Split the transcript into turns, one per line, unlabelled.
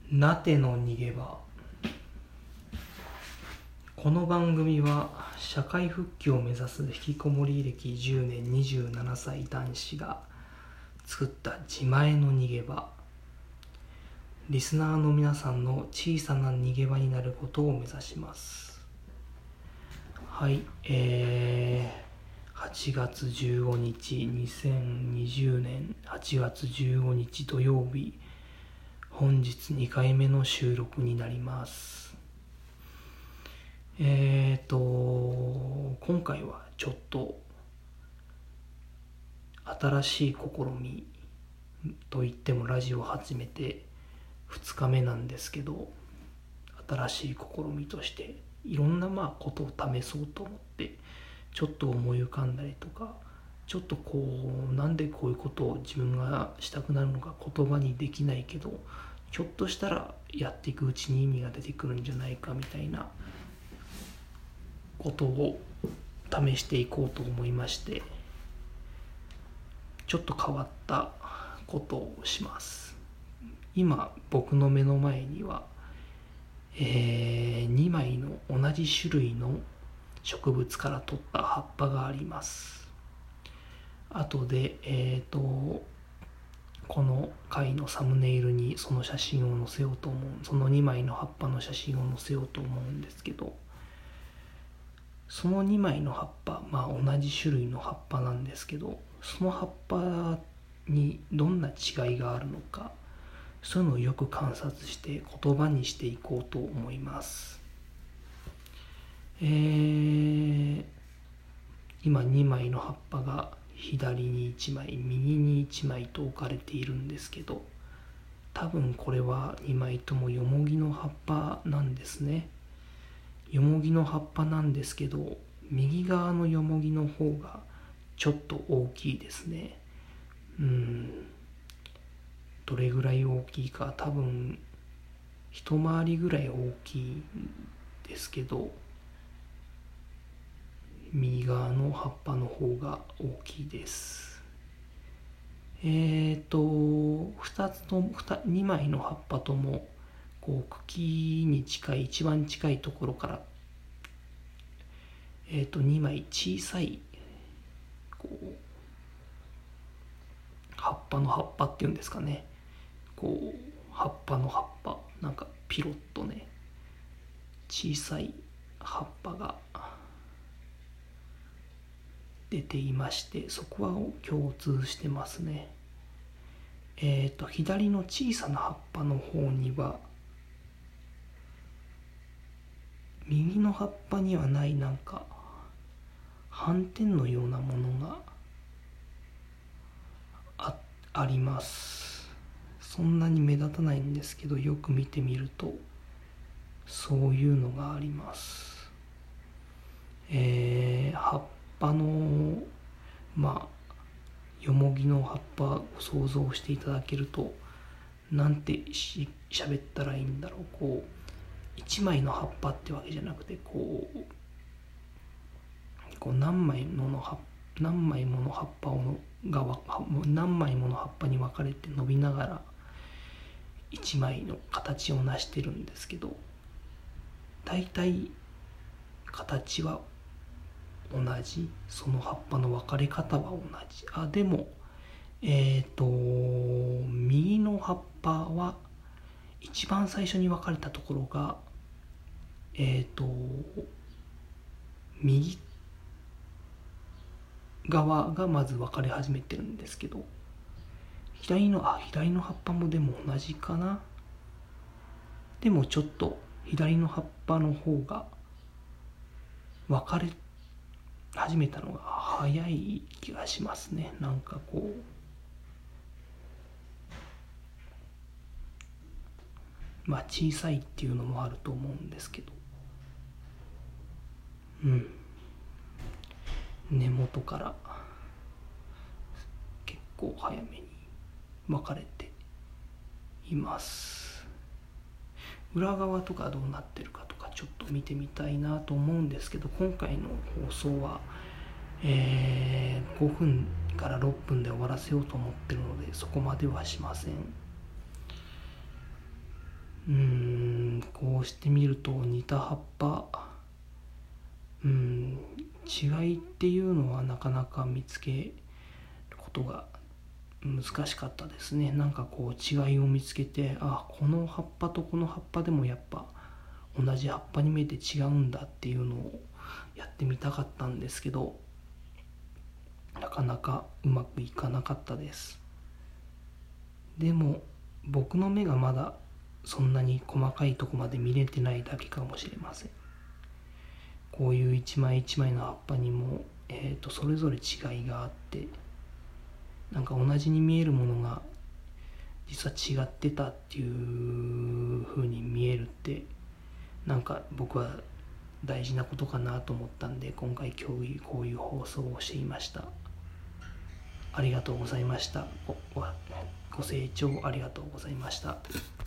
なての逃げ場。この番組は社会復帰を目指す引きこもり歴10年27歳男子が作った自前の逃げ場、リスナーの皆さんの小さな逃げ場になることを目指します。はい、8月15日2020年8月15日土曜日、本日2回目の収録になります。今回はちょっと新しい試みといってもラジオを始めて2日目なんですけど、新しい試みとしていろんなことを試そうと思ってちょっと思い浮かんだりとか、ちょっとなんでこういうことを自分がしたくなるのか言葉にできないけど、ひょっとしたらやっていくうちに意味が出てくるんじゃないかみたいなことを試していこうと思いまして、ちょっと変わったことをします。今僕の目の前には、2枚の同じ種類の植物から取った葉っぱがあります。後でこの回のサムネイルにその写真を載せようと思う、その2枚の葉っぱの写真を載せようと思うんですけど、その2枚の葉っぱ、同じ種類の葉っぱなんですけど、その葉っぱにどんな違いがあるのか、そういうのをよく観察して言葉にしていこうと思います。今2枚の葉っぱが左に1枚右に1枚と置かれているんですけど、多分これは2枚ともヨモギの葉っぱなんですね。ヨモギの葉っぱなんですけど、右側のヨモギの方がちょっと大きいですね。どれぐらい大きいか、多分一回りぐらい大きいんですけど、右側の葉っぱの方が大きいです。2枚の葉っぱとも茎に近い、一番近いところから2枚小さい葉っぱの葉っぱっていうんですかね、葉っぱの葉っぱ、なんかピロッとね、小さい葉っぱが出ていまして、そこは共通してますね。左の小さな葉っぱの方には、右の葉っぱにはないなんか斑点のようなものがあります。そんなに目立たないんですけど、よく見てみるとそういうのがあります。葉っぱのヨモギの葉っぱを想像していただけると、なんて喋ったらいいんだろう。一枚の葉っぱってわけじゃなくて、何枚もの葉っぱ何枚もの葉っぱに分かれて伸びながら一枚の形を成してるんですけど、大体形は同じ、その葉っぱの分かれ方は同じ。でも右の葉っぱは一番最初に分かれたところが右側がまず分かれ始めてるんですけど、左の葉っぱもでも同じかな。でもちょっと左の葉っぱの方が分かれ始めたのが早い気がしますね。なんか小さいっていうのもあると思うんですけど、根元から結構早めに分かれています。裏側とかどうなってるかとかちょっと見てみたいなと思うんですけど、今回の放送は、5分から6分で終わらせようと思ってるので、そこまではしません。 こうしてみると似た葉っぱ、違いっていうのはなかなか見つけることが難しかったですね。なんかこう違いを見つけて、この葉っぱとこの葉っぱでもやっぱ同じ葉っぱに見えて違うんだっていうのをやってみたかったんですけど、なかなかうまくいかなかったです。でも僕の目がまだそんなに細かいとこまで見れてないだけかもしれません。こういう一枚一枚の葉っぱにも、それぞれ違いがあって、なんか同じに見えるものが実は違ってたっていう風に見えるって、なんか僕は大事なことかなと思ったんで、今回こういう放送をしていました。ありがとうございました。ご清聴ありがとうございました。